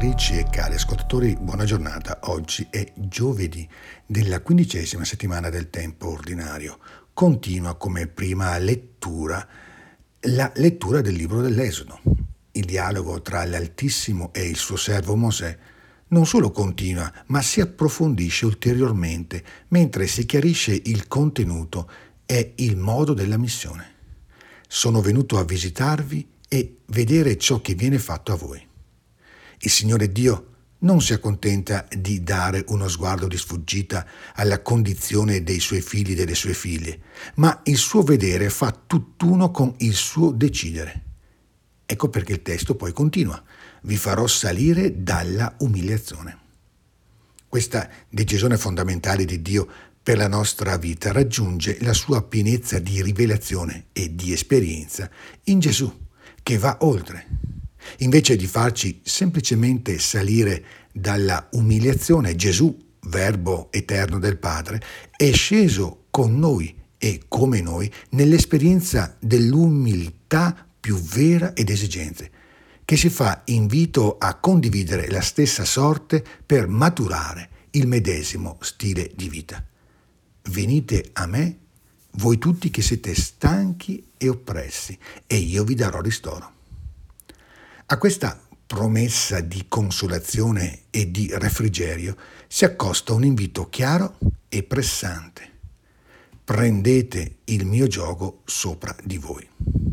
ascoltatrici e cari ascoltatori, buona giornata. Oggi è giovedì della 15ª settimana del tempo ordinario. Continua come prima lettura la lettura del libro dell'Esodo. Il dialogo tra l'Altissimo e il suo servo Mosè non solo continua, ma si approfondisce ulteriormente mentre si chiarisce il contenuto e il modo della missione. Sono venuto a visitarvi e vedere ciò che viene fatto a voi. Il Signore Dio non si accontenta di dare uno sguardo di sfuggita alla condizione dei suoi figli e delle sue figlie, ma il suo vedere fa tutt'uno con il suo decidere. Ecco perché il testo poi continua: vi farò salire dalla umiliazione. Questa decisione fondamentale di Dio per la nostra vita raggiunge la sua pienezza di rivelazione e di esperienza in Gesù, che va oltre. Invece di farci semplicemente salire dalla umiliazione, Gesù, Verbo eterno del Padre, è sceso con noi e come noi nell'esperienza dell'umiltà più vera ed esigenze, che si fa invito a condividere la stessa sorte per maturare il medesimo stile di vita. Venite a me, voi tutti che siete stanchi e oppressi, e io vi darò ristoro. A questa promessa di consolazione e di refrigerio si accosta un invito chiaro e pressante: prendete il mio giogo sopra di voi.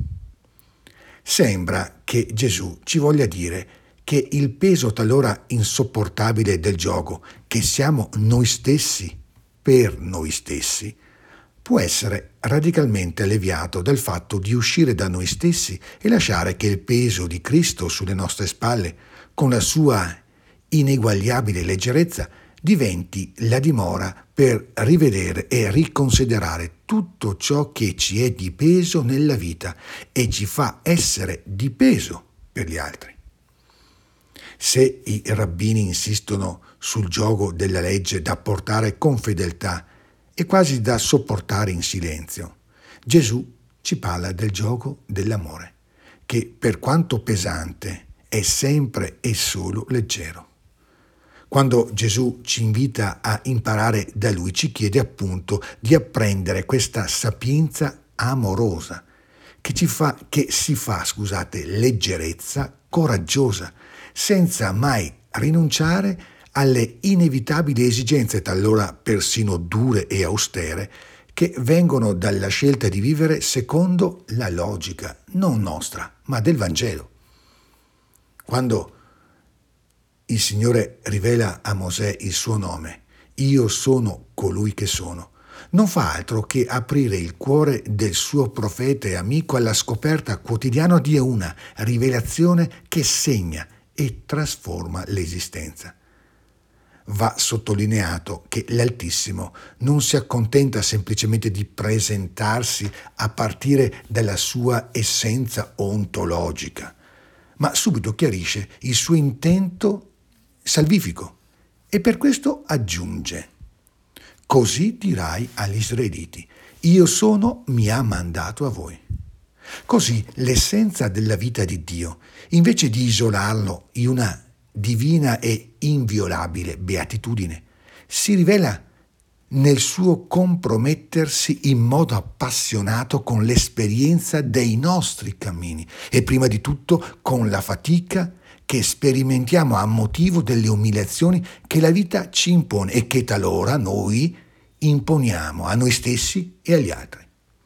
Sembra che Gesù ci voglia dire che il peso talora insopportabile del giogo, che siamo noi stessi per noi stessi, può essere radicalmente alleviato dal fatto di uscire da noi stessi e lasciare che il peso di Cristo sulle nostre spalle, con la sua ineguagliabile leggerezza, diventi la dimora per rivedere e riconsiderare tutto ciò che ci è di peso nella vita e ci fa essere di peso per gli altri. Se i rabbini insistono sul giogo della legge da portare con fedeltà e quasi da sopportare in silenzio, Gesù ci parla del giogo dell'amore, che per quanto pesante è sempre e solo leggero. Quando Gesù ci invita a imparare da Lui, ci chiede appunto di apprendere questa sapienza amorosa che si fa leggerezza coraggiosa, senza mai rinunciare alle inevitabili esigenze, talora persino dure e austere, che vengono dalla scelta di vivere secondo la logica, non nostra, ma del Vangelo. Quando il Signore rivela a Mosè il suo nome, io sono colui che sono, non fa altro che aprire il cuore del suo profeta e amico alla scoperta quotidiana di una rivelazione che segna e trasforma l'esistenza. Va sottolineato che l'Altissimo non si accontenta semplicemente di presentarsi a partire dalla sua essenza ontologica, ma subito chiarisce il suo intento salvifico e per questo aggiunge: così dirai agli israeliti, io sono, mi ha mandato a voi. Così l'essenza della vita di Dio, invece di isolarlo in una divina e inviolabile beatitudine, si rivela nel suo compromettersi in modo appassionato con l'esperienza dei nostri cammini e prima di tutto con la fatica che sperimentiamo a motivo delle umiliazioni che la vita ci impone e che talora noi imponiamo a noi stessi e agli altri.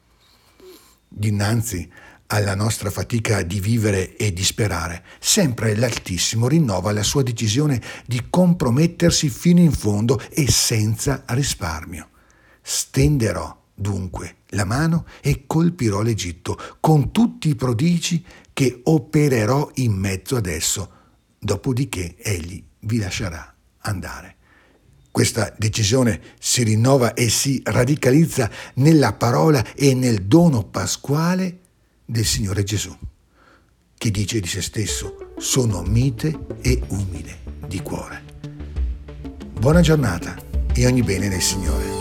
Dinanzi alla nostra fatica di vivere e di sperare, sempre l'Altissimo rinnova la sua decisione di compromettersi fino in fondo e senza risparmio. Stenderò dunque la mano e colpirò l'Egitto con tutti i prodigi che opererò in mezzo ad esso, dopodiché egli vi lascerà andare. Questa decisione si rinnova e si radicalizza nella parola e nel dono pasquale del Signore Gesù, che dice di se stesso: sono mite e umile di cuore. Buona giornata e ogni bene nel Signore.